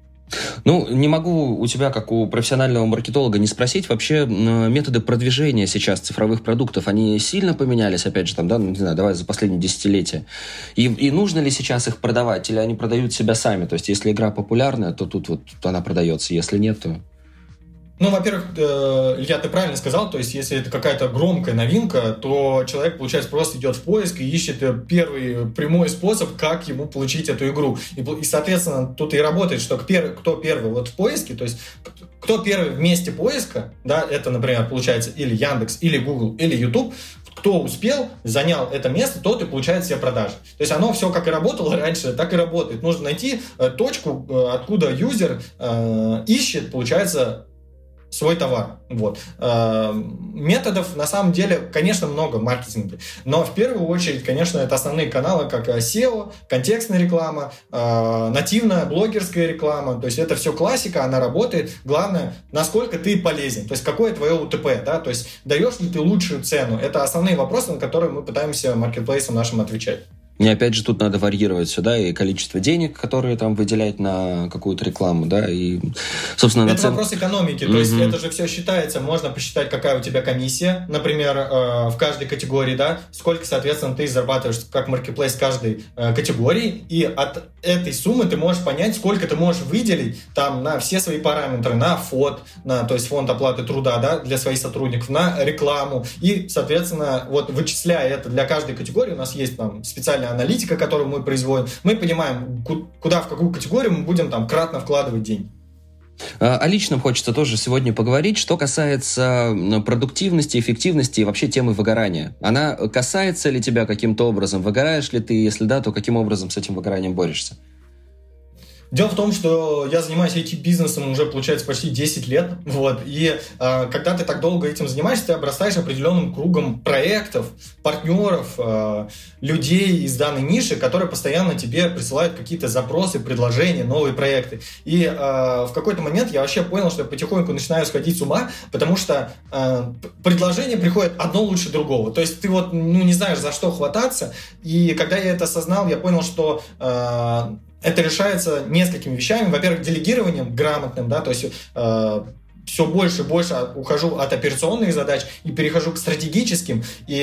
Не могу у тебя, как у профессионального маркетолога, не спросить, вообще методы продвижения сейчас цифровых продуктов, они сильно поменялись, опять же, не знаю, давай за последние десятилетия. И нужно ли сейчас их продавать, или они продают себя сами? То есть, если игра популярная, то тут вот она продается, если нет, то... Во-первых, Илья, ты правильно сказал, то есть если это какая-то громкая новинка, то человек, получается, просто идет в поиск и ищет первый прямой способ, как ему получить эту игру. И соответственно, тут и работает, что кто первый вот в поиске, то есть кто первый в месте поиска, да, это, например, получается или Яндекс, или Google, или YouTube, кто успел, занял это место, тот и получает себе продажи. То есть оно все как и работало раньше, так и работает. Нужно найти точку, откуда юзер ищет, получается, свой товар. Вот. Методов, на самом деле, конечно, много в маркетинге. Но в первую очередь, конечно, это основные каналы, как SEO, контекстная реклама, нативная блогерская реклама. То есть это все классика, она работает. Главное, насколько ты полезен. То есть какое твое УТП, да? То есть даешь ли ты лучшую цену. Это основные вопросы, на которые мы пытаемся маркетплейсам нашим отвечать. И опять же, тут надо варьировать сюда и количество денег, которые там выделять на какую-то рекламу, да, и, собственно... Это вопрос экономики, то есть это же все считается, можно посчитать, какая у тебя комиссия, например, в каждой категории, да, сколько, соответственно, ты зарабатываешь как маркетплейс каждой категории, и от этой суммы ты можешь понять, сколько ты можешь выделить там на все свои параметры, на ФОТ, то есть фонд оплаты труда, да, для своих сотрудников, на рекламу, и, соответственно, вот вычисляя это для каждой категории, у нас есть там специальная аналитика, которую мы производим, мы понимаем, куда, в какую категорию мы будем там кратно вкладывать деньги. О личном хочется тоже сегодня поговорить. Что касается продуктивности, эффективности и вообще темы выгорания. Она касается ли тебя каким-то образом? Выгораешь ли ты? Если да, то каким образом с этим выгоранием борешься? Дело в том, что я занимаюсь IT-бизнесом уже, получается, почти 10 лет, вот, и когда ты так долго этим занимаешься, ты обрастаешь определенным кругом проектов, партнеров, людей из данной ниши, которые постоянно тебе присылают какие-то запросы, предложения, новые проекты. И в какой-то момент я вообще понял, что я потихоньку начинаю сходить с ума, потому что предложения приходят одно лучше другого. То есть ты вот, не знаешь, за что хвататься, и когда я это осознал, я понял, что это решается несколькими вещами. Во-первых, делегированием грамотным, да, то есть все больше и больше ухожу от операционных задач и перехожу к стратегическим.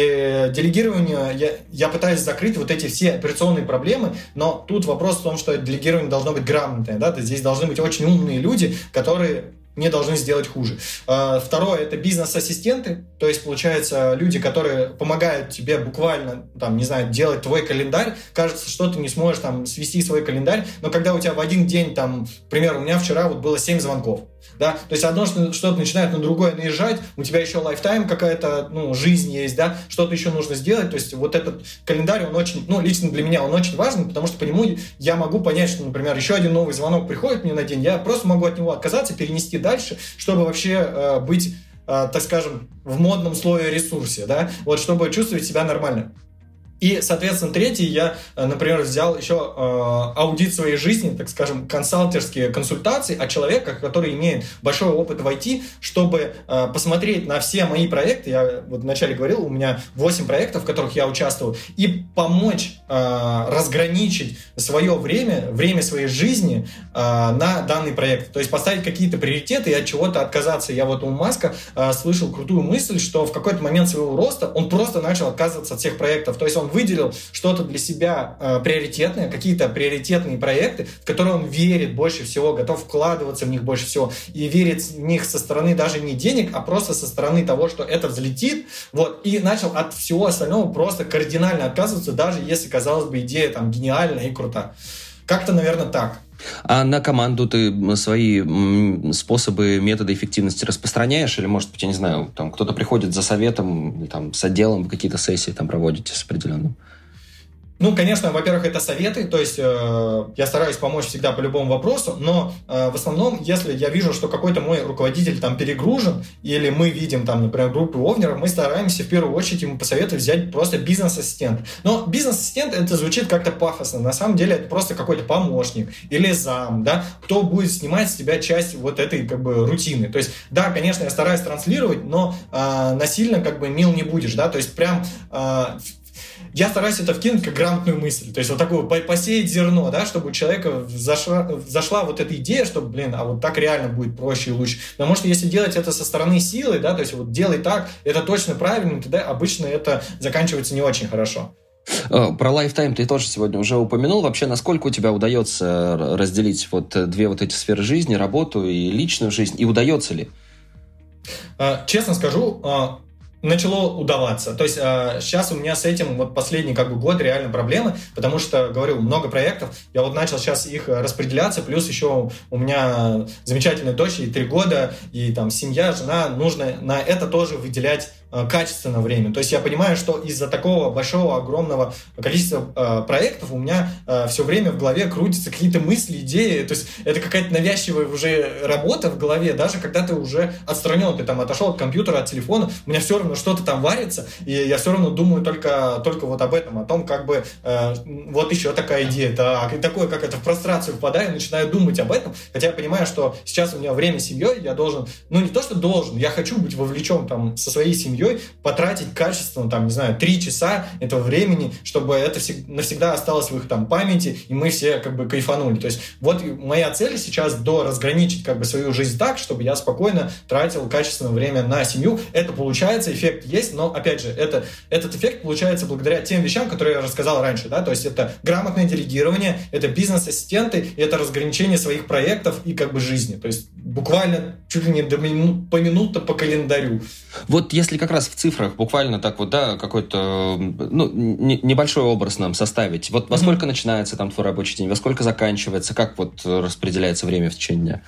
И делегированию я пытаюсь закрыть вот эти все операционные проблемы, но тут вопрос в том, что делегирование должно быть грамотное, да, здесь должны быть очень умные люди, которые не должны сделать хуже. Второе – это бизнес-ассистенты, то есть, получается, люди, которые помогают тебе буквально, там, не знаю, делать твой календарь. Кажется, что ты не сможешь там свести свой календарь, но когда у тебя в один день, там, к примеру, у меня вчера вот было 7 звонков, да, то есть одно что-то начинает на другое наезжать, у тебя еще лайфтайм какая-то, жизнь есть, да, что-то еще нужно сделать, то есть вот этот календарь, он очень, лично для меня он очень важен, потому что по нему я могу понять, что, например, еще один новый звонок приходит мне на день, я просто могу от него отказаться, перенести дальше, чтобы вообще быть, так скажем, в модном слое ресурсе, да, вот, чтобы чувствовать себя нормально. И, соответственно, третий, я, например, взял еще аудит своей жизни, так скажем, консалтерские консультации от человека, который имеет большой опыт в IT, чтобы посмотреть на все мои проекты. Я вот вначале говорил, у меня 8 проектов, в которых я участвовал, и помочь разграничить свое время своей жизни на данный проект. То есть поставить какие-то приоритеты и от чего-то отказаться. Я вот у Маска слышал крутую мысль, что в какой-то момент своего роста он просто начал отказываться от всех проектов. То есть он выделил что-то для себя приоритетное, какие-то приоритетные проекты, в которые он верит больше всего, готов вкладываться в них больше всего и верит в них со стороны даже не денег, а просто со стороны того, что это взлетит, вот, и начал от всего остального просто кардинально отказываться, даже если, казалось бы, идея там гениальная и крута. Как-то, наверное, так. А на команду ты свои способы, методы эффективности распространяешь? Или, может быть, я не знаю, там кто-то приходит за советом, или, там, с отделом какие-то сессии там проводите с определенным? Конечно, во-первых, это советы, то есть я стараюсь помочь всегда по любому вопросу, но в основном, если я вижу, что какой-то мой руководитель там перегружен, или мы видим там, например, группу овнеров, мы стараемся в первую очередь ему посоветовать взять просто бизнес-ассистент. Но бизнес-ассистент, это звучит как-то пафосно, на самом деле это просто какой-то помощник или зам, да, кто будет снимать с тебя часть вот этой как бы рутины. То есть, да, конечно, я стараюсь транслировать, но насильно как бы мил не будешь, да, то есть прям... Я стараюсь это вкинуть как грамотную мысль. То есть вот такую посеять зерно, да, чтобы у человека зашла вот эта идея, что, а вот так реально будет проще и лучше. Потому что если делать это со стороны силы, да, то есть вот делай так, это точно правильно, тогда обычно это заканчивается не очень хорошо. Про лайфтайм ты тоже сегодня уже упомянул. Вообще, насколько у тебя удается разделить вот две вот эти сферы жизни, работу и личную жизнь, и удается ли? Честно скажу, начало удаваться. То есть сейчас у меня с этим вот последний год реально проблемы, потому что, говорю, много проектов. Я вот начал сейчас их распределяться, плюс еще у меня замечательная дочь, ей 3 года, и там семья, жена, нужно на это тоже выделять качественно время. То есть я понимаю, что из-за такого большого, огромного количества проектов у меня все время в голове крутятся какие-то мысли, идеи. То есть это какая-то навязчивая уже работа в голове, даже когда ты уже отстранен, ты там отошел от компьютера, от телефона, у меня все равно что-то там варится, и я все равно думаю только вот об этом, о том, как бы вот еще такая идея, так, и такое, как это в прострацию впадаю, начинаю думать об этом, хотя я понимаю, что сейчас у меня время с семьей, я должен, не то, что должен, я хочу быть вовлечен там со своей семьей, семьей, потратить качественно, там, не знаю, 3 часа этого времени, чтобы это навсегда осталось в их там памяти, и мы все как бы кайфанули. То есть вот моя цель сейчас разграничить как бы свою жизнь так, чтобы я спокойно тратил качественное время на семью. Это получается, эффект есть, но, опять же, этот эффект получается благодаря тем вещам, которые я рассказал раньше, да, то есть это грамотное делегирование, это бизнес-ассистенты, это разграничение своих проектов и как бы жизни, то есть буквально чуть ли не поминутно по календарю. Вот если как раз в цифрах буквально так вот, да, какой-то, ну, небольшой образ нам составить, вот во сколько начинается там твой рабочий день, во сколько заканчивается, как вот распределяется время в течение дня?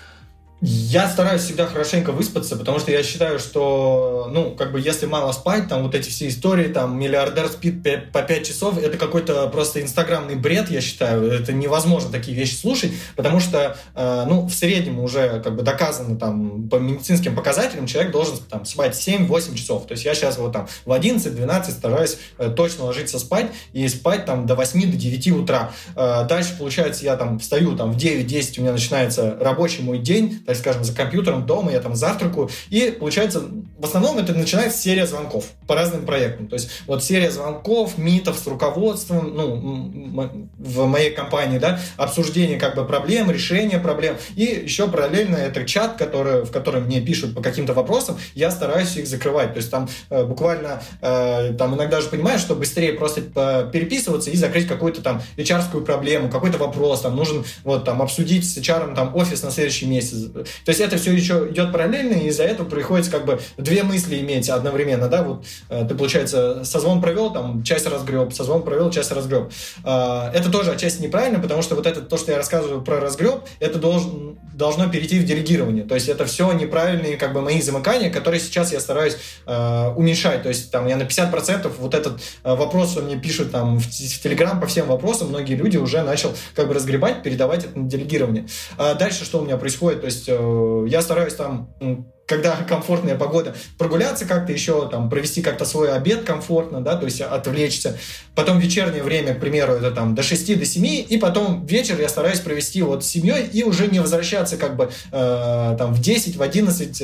Я стараюсь всегда хорошенько выспаться, потому что я считаю, что, ну, как бы, если мало спать, там, вот эти все истории, там, миллиардер спит по 5 часов, это какой-то просто инстаграмный бред, я считаю, это невозможно такие вещи слушать, потому что, ну, в среднем уже, как бы, доказано, там, по медицинским показателям, человек должен, там, спать 7-8 часов, то есть я сейчас вот, там, в 11-12 стараюсь точно ложиться спать и спать, там, до 8-9 утра. Дальше, получается, я, там, встаю, там, в 9-10 у меня начинается рабочий мой день, так скажем, за компьютером дома, я там завтракаю, и получается, в основном это начинается серия звонков по разным проектам, то есть вот серия звонков, митов с руководством, ну, в моей компании, да, обсуждение как бы проблем, решение проблем, и еще параллельно это чат, в котором мне пишут по каким-то вопросам, я стараюсь их закрывать, то есть там буквально, там иногда же понимаешь, что быстрее просто переписываться и закрыть какую-то там HR-скую проблему, какой-то вопрос, там нужен вот там обсудить с HR там офис на следующий месяц. То есть это все еще идет параллельно, и из-за этого приходится как бы две мысли иметь одновременно, да, вот ты, получается, созвон провел, там, часть разгреб, созвон провел, часть разгреб. Это тоже отчасти неправильно, потому что вот это, то, что я рассказываю про разгреб, это должно перейти в делегирование, то есть это все неправильные как бы мои замыкания, которые сейчас я стараюсь уменьшать, то есть там я на 50% вот этот вопрос, что мне пишут там в Telegram по всем вопросам, многие люди уже начал как бы разгребать, передавать это на делегирование. Дальше что у меня происходит, то есть я стараюсь там, когда комфортная погода, прогуляться как-то еще, там, провести как-то свой обед комфортно, да, то есть отвлечься. Потом вечернее время, к примеру, это там до 6, до 7, и потом вечер я стараюсь провести вот с семьей и уже не возвращаться как бы там в 10, в 11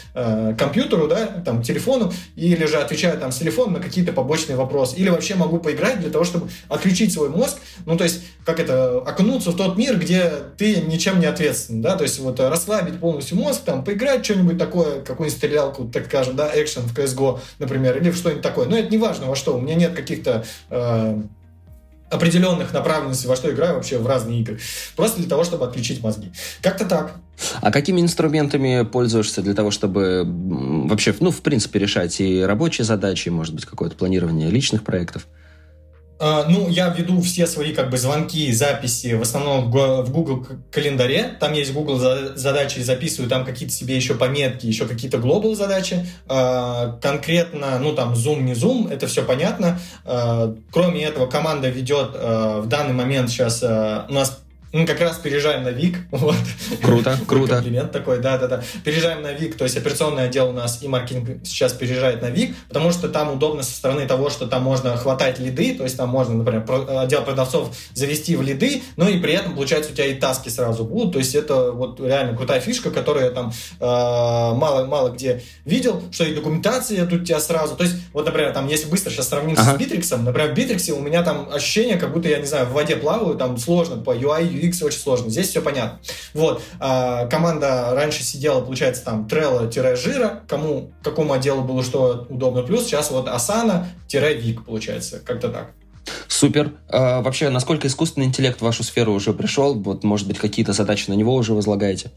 к компьютеру, да, там, к телефону, или же отвечаю там с телефона на какие-то побочные вопросы. Или вообще могу поиграть для того, чтобы отключить свой мозг, ну, то есть, как это, окунуться в тот мир, где ты ничем не ответственен, да, то есть вот расслабить полностью мозг, там, поиграть что-нибудь такое, какую-нибудь стрелялку, так скажем, да, экшен в CSGO, например, или в что-нибудь такое. Но это не важно во что. У меня нет каких-то определенных направленностей, во что играю вообще в разные игры. Просто для того, чтобы отключить мозги. Как-то так. А какими инструментами пользуешься для того, чтобы вообще, ну, в принципе, решать и рабочие задачи, может быть, какое-то планирование личных проектов? Ну, я веду все свои как бы звонки, записи в основном в Google календаре. Там есть Google задачи, записываю там какие-то себе еще пометки, еще какие-то глобал задачи. Конкретно, ну там Zoom, не Zoom, это все понятно. Кроме этого, команда ведет в данный момент сейчас у нас мы как раз переезжаем на ВИК. Вот. Круто. Комплимент такой, да. Переезжаем на ВИК, то есть операционный отдел у нас и маркетинг сейчас переезжает на ВИК, потому что там удобно со стороны того, что там можно хватать лиды, то есть там можно, например, отдел продавцов завести в лиды, но и при этом, получается, у тебя и таски сразу будут, то есть это вот реально крутая фишка, которую я там мало где видел, что и документация тут у тебя сразу, то есть вот, например, там, если быстро сейчас сравнить с Битриксом, например, в Битриксе у меня там ощущение, как будто я, не знаю, в воде плаваю, там сложно по UI, UX очень сложно. Здесь все понятно. Вот. Команда раньше сидела, получается, там Trello-Jira, какому отделу было что удобно. Плюс сейчас вот Asana-Vik, получается. Как-то так. Супер. Вообще, насколько искусственный интеллект в вашу сферу уже пришел? Вот, может быть, какие-то задачи на него уже возлагаете?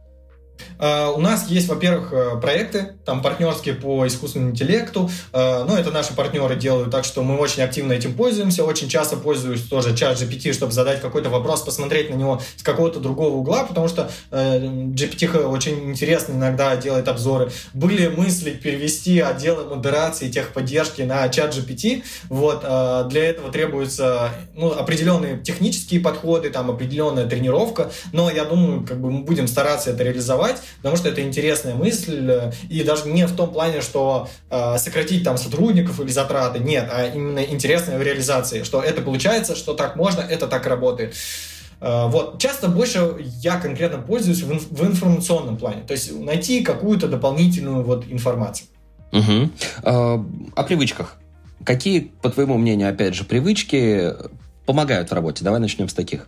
У нас есть, во-первых, проекты, там партнерские по искусственному интеллекту, но это наши партнеры делают, так что мы очень активно этим пользуемся, очень часто пользуюсь тоже ChatGPT, чтобы задать какой-то вопрос, посмотреть на него с какого-то другого угла, потому что GPT очень интересно иногда делает обзоры. Были мысли перевести отделы модерации и техподдержки на ChatGPT, вот, для этого требуются определенные технические подходы, там определенная тренировка, но я думаю, как бы мы будем стараться это реализовать, потому что это интересная мысль, и даже не в том плане, что сократить там сотрудников или затраты, нет, а именно интересная в реализации, что это получается, что так можно, это так работает. Вот. Часто больше я конкретно пользуюсь в информационном плане, то есть найти какую-то дополнительную вот информацию. Угу. О привычках. Какие, по твоему мнению, опять же, привычки помогают в работе? Давай начнем с таких.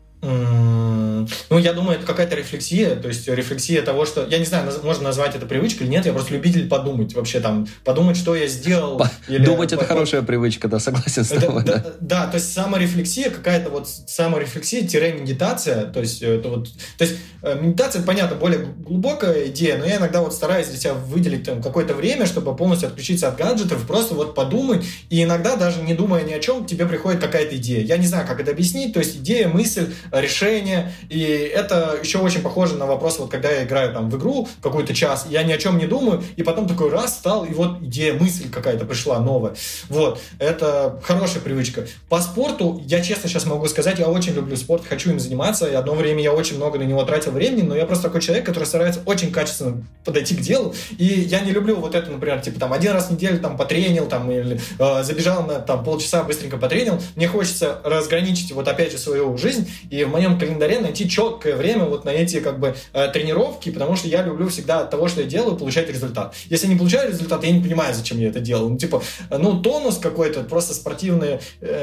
Ну, я думаю, это какая-то рефлексия, то есть рефлексия того, что... Я не знаю, можно назвать это привычкой или нет, я просто любитель подумать вообще там, подумать, что я сделал. Думать — это хорошая привычка, да, согласен с тобой. Да, то есть саморефлексия, какая-то вот саморефлексия-медитация, то есть медитация, это, понятно, более глубокая идея, но я иногда вот стараюсь для себя выделить там какое-то время, чтобы полностью отключиться от гаджетов, просто вот подумать, и иногда даже не думая ни о чем, тебе приходит какая-то идея. Я не знаю, как это объяснить, то есть идея, мысль, решение, и это еще очень похоже на вопрос, вот когда я играю там в игру какой-то час, я ни о чем не думаю, и потом такой раз встал, и вот идея, мысль какая-то пришла новая. Вот, это хорошая привычка. По спорту, я честно сейчас могу сказать, я очень люблю спорт, хочу им заниматься, и одно время я очень много на него тратил времени, но я просто такой человек, который старается очень качественно подойти к делу, и я не люблю вот это, например, типа там один раз в неделю там потренил, там, или забежал на там полчаса, быстренько потренил. Мне хочется разграничить вот опять же свою жизнь и в моем календаре найти четкое время вот на эти как бы тренировки, потому что я люблю всегда от того, что я делаю, получать результат. Если не получаю результат, я не понимаю, зачем я это делаю. Ну, типа, тонус какой-то, просто спортивный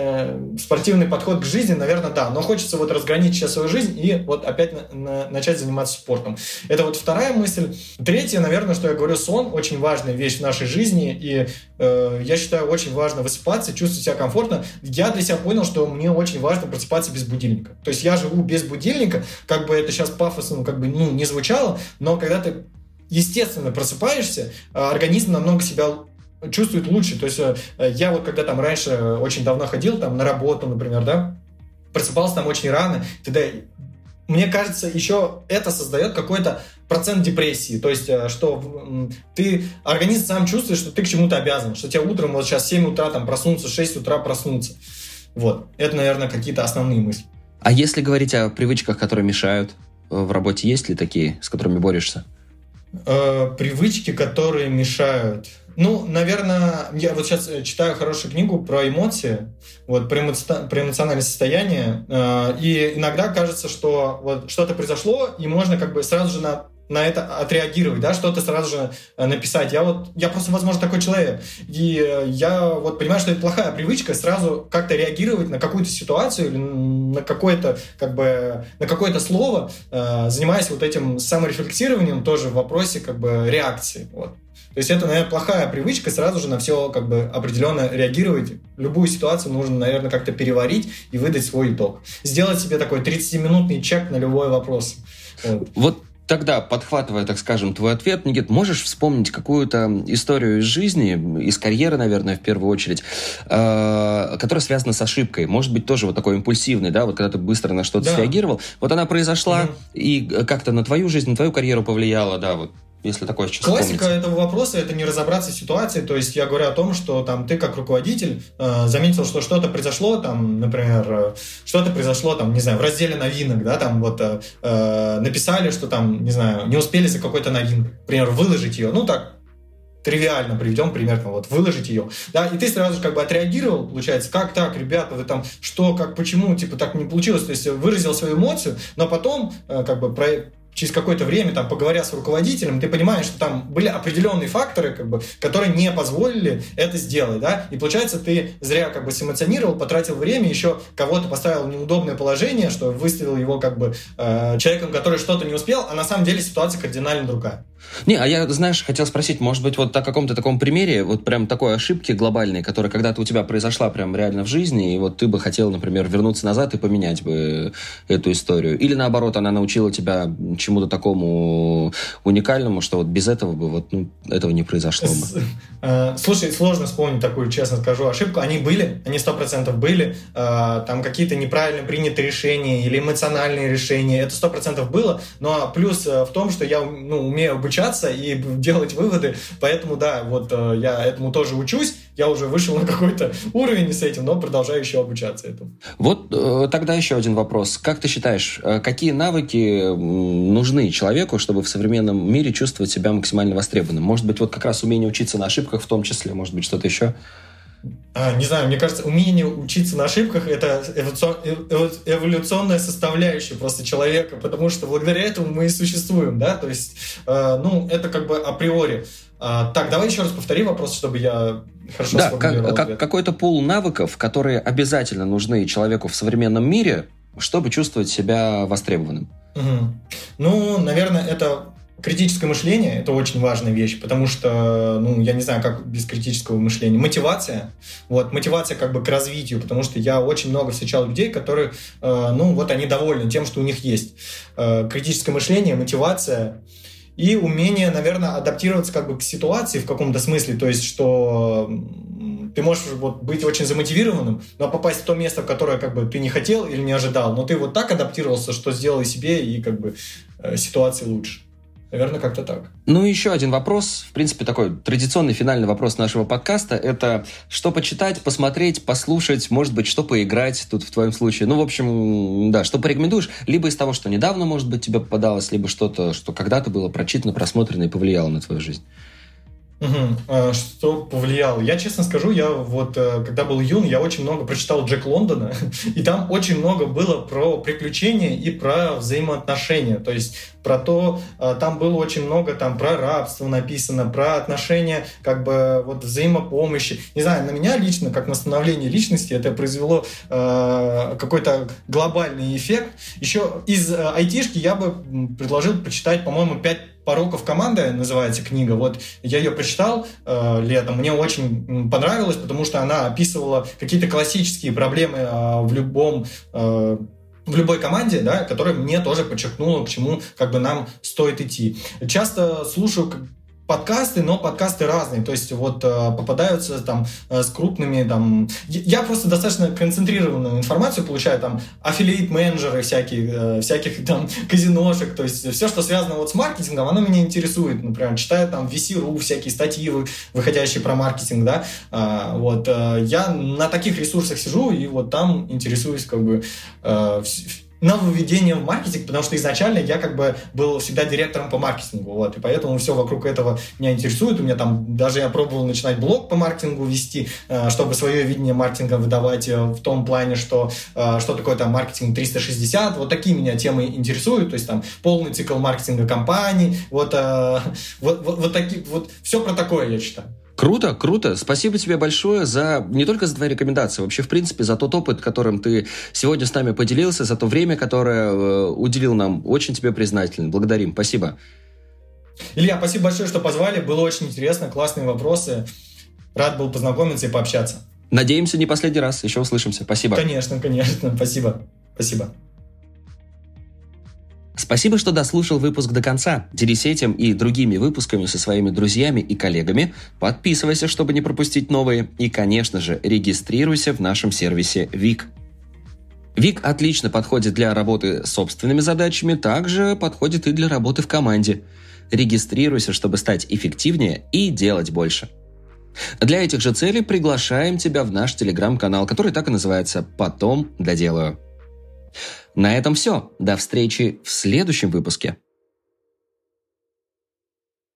подход к жизни, наверное, да. Но хочется вот разграничить сейчас свою жизнь и вот опять начать заниматься спортом. Это вот вторая мысль. Третья, наверное, что я говорю, сон очень важная вещь в нашей жизни, и я считаю, очень важно высыпаться, чувствовать себя комфортно. Я для себя понял, что мне очень важно просыпаться без будильника. То есть я живу без будильника, как бы это сейчас пафосно не звучало, но когда ты естественно просыпаешься, организм намного себя чувствует лучше. То есть я вот когда там раньше очень давно ходил там на работу, например, да, просыпался там очень рано, тогда, мне кажется, еще это создает какой-то процент депрессии, то есть, что организм сам чувствует, что ты к чему-то обязан, что тебе утром вот сейчас 7 утра там проснуться, 6 утра проснуться. Вот, это, наверное, какие-то основные мысли. А если говорить о привычках, которые мешают в работе, есть ли такие, с которыми борешься? Привычки, которые мешают. Ну, наверное, я вот сейчас читаю хорошую книгу про эмоции, вот, про эмоциональное состояние, и иногда кажется, что вот что-то произошло, и можно как бы сразу же на это отреагировать, да, что-то сразу же написать. Я просто, возможно, такой человек. И я вот понимаю, что это плохая привычка сразу как-то реагировать на какую-то ситуацию или на какое-то, как бы, на какое-то слово, занимаясь вот этим саморефлексированием тоже в вопросе, как бы, реакции. Вот. То есть это, наверное, плохая привычка сразу же на все, как бы, определенно реагировать. Любую ситуацию нужно, наверное, как-то переварить и выдать свой итог. Сделать себе такой 30-минутный чек на любой вопрос. Вот. Тогда, подхватывая, так скажем, твой ответ, Никит, можешь вспомнить какую-то историю из жизни, из карьеры, наверное, в первую очередь, которая связана с ошибкой? Может быть, тоже вот такой импульсивный, да, вот когда ты быстро на что-то среагировал. Вот она произошла и как-то на твою жизнь, на твою карьеру повлияла, да, вот. Если такое сейчас Классика вспомнится. Этого вопроса — это не разобраться в ситуации. То есть я говорю о том, что там ты как руководитель заметил, что что-то произошло, там, например, что-то произошло, там, не знаю, в разделе новинок, да, там вот написали, что там, не знаю, не успели за какой-то новинкой, например, выложить ее, ну так, тривиально приведем пример, там, вот, выложить ее, да, и ты сразу же как бы отреагировал, получается, как так, ребята, вы там, что, как, почему, типа, так не получилось, то есть выразил свою эмоцию, но потом, как бы, через какое-то время, там, поговоря с руководителем, ты понимаешь, что там были определенные факторы, как бы, которые не позволили это сделать, да, и получается, ты зря, как бы, сэмоционировал, потратил время, еще кого-то поставил в неудобное положение, что выставил его, как бы, человеком, который что-то не успел, а на самом деле ситуация кардинально другая. Не, а я, знаешь, хотел спросить, может быть, вот о каком-то таком примере, вот прям такой ошибки глобальной, которая когда-то у тебя произошла прям реально в жизни, и вот ты бы хотел, например, вернуться назад и поменять бы эту историю. Или наоборот, она научила тебя чему-то такому уникальному, что вот без этого бы вот, этого не произошло бы. Слушай, сложно вспомнить такую, честно скажу, ошибку. Они 100% были. Там какие-то неправильно принятые решения или эмоциональные решения. Это 100% было. Но плюс в том, что я умею обучаться и делать выводы. Поэтому, да, вот я этому тоже учусь. Я уже вышел на какой-то уровень с этим, но продолжаю еще обучаться этому. Вот тогда еще один вопрос. Как ты считаешь, какие навыки нужны человеку, чтобы в современном мире чувствовать себя максимально востребованным? Может быть, вот как раз умение учиться на ошибках в том числе, может быть, что-то еще? Не знаю, мне кажется, умение учиться на ошибках — это эволюционная составляющая просто человека, потому что благодаря этому мы и существуем, да, то есть, это как бы априори. Так, давай еще раз повтори вопрос, чтобы я хорошо сформулировал ответ. Какой-то пул навыков, которые обязательно нужны человеку в современном мире, чтобы чувствовать себя востребованным. Наверное, это критическое мышление — это очень важная вещь, потому что, я не знаю, как без критического мышления. Мотивация. Мотивация как бы к развитию, потому что я очень много встречал людей, которые, они довольны тем, что у них есть. Критическое мышление, мотивация и умение, наверное, адаптироваться как бы к ситуации в каком-то смысле, то есть, что ты можешь быть очень замотивированным, но попасть в то место, в которое как бы ты не хотел или не ожидал, но ты так адаптировался, что сделал и себе, и как бы ситуации лучше. Наверное, как-то так. Еще один вопрос, в принципе, такой традиционный финальный вопрос нашего подкаста. Это что почитать, посмотреть, послушать, может быть, что поиграть тут в твоем случае. В общем, да, что порекомендуешь? Либо из того, что недавно, может быть, тебе попадалось, либо что-то, что когда-то было прочитано, просмотрено и повлияло на твою жизнь. Что повлияло? Я честно скажу, когда был юн, я очень много прочитал Джек Лондона, и там очень много было про приключения и про взаимоотношения. То есть там было очень много про рабство написано, про отношения взаимопомощи. Не знаю, на меня лично, как на становление личности, это произвело какой-то глобальный эффект. Еще из айтишки я бы предложил почитать, по-моему, 5 пороков команды называется книга. Я ее прочитал летом. Мне очень понравилось, потому что она описывала какие-то классические проблемы в любой команде, да, которая мне тоже подчеркнула, к чему нам стоит идти. Часто слушаю подкасты, но подкасты разные, то есть попадаются с крупными Я просто достаточно концентрированную информацию получаю, аффилиейт-менеджеры всяких казиношек, то есть все, что связано с маркетингом, оно меня интересует. Например, читаю VC.ru, всякие статьи, выходящие про маркетинг, да, я на таких ресурсах сижу и там интересуюсь нововведением в маркетинг, потому что изначально я был всегда директором по маркетингу, и поэтому все вокруг этого меня интересует. У меня даже я пробовал начинать блог по маркетингу вести, чтобы свое видение маркетинга выдавать в том плане, что такое маркетинг 360. Такие меня темы интересуют, то есть полный цикл маркетинга компаний, все про такое я читаю. Круто, круто. Спасибо тебе большое не только за твои рекомендации, вообще, в принципе, за тот опыт, которым ты сегодня с нами поделился, за то время, которое уделил нам. Очень тебе признательны. Благодарим. Спасибо. Илья, спасибо большое, что позвали. Было очень интересно, классные вопросы. Рад был познакомиться и пообщаться. Надеемся, не последний раз. Еще услышимся. Спасибо. Конечно. Спасибо. Спасибо, что дослушал выпуск до конца. Делись этим и другими выпусками со своими друзьями и коллегами. Подписывайся, чтобы не пропустить новые. И, конечно же, регистрируйся в нашем сервисе Вик. Вик отлично подходит для работы с собственными задачами, также подходит и для работы в команде. Регистрируйся, чтобы стать эффективнее и делать больше. Для этих же целей приглашаем тебя в наш телеграм-канал, который так и называется «Потом доделаю». На этом все. До встречи в следующем выпуске.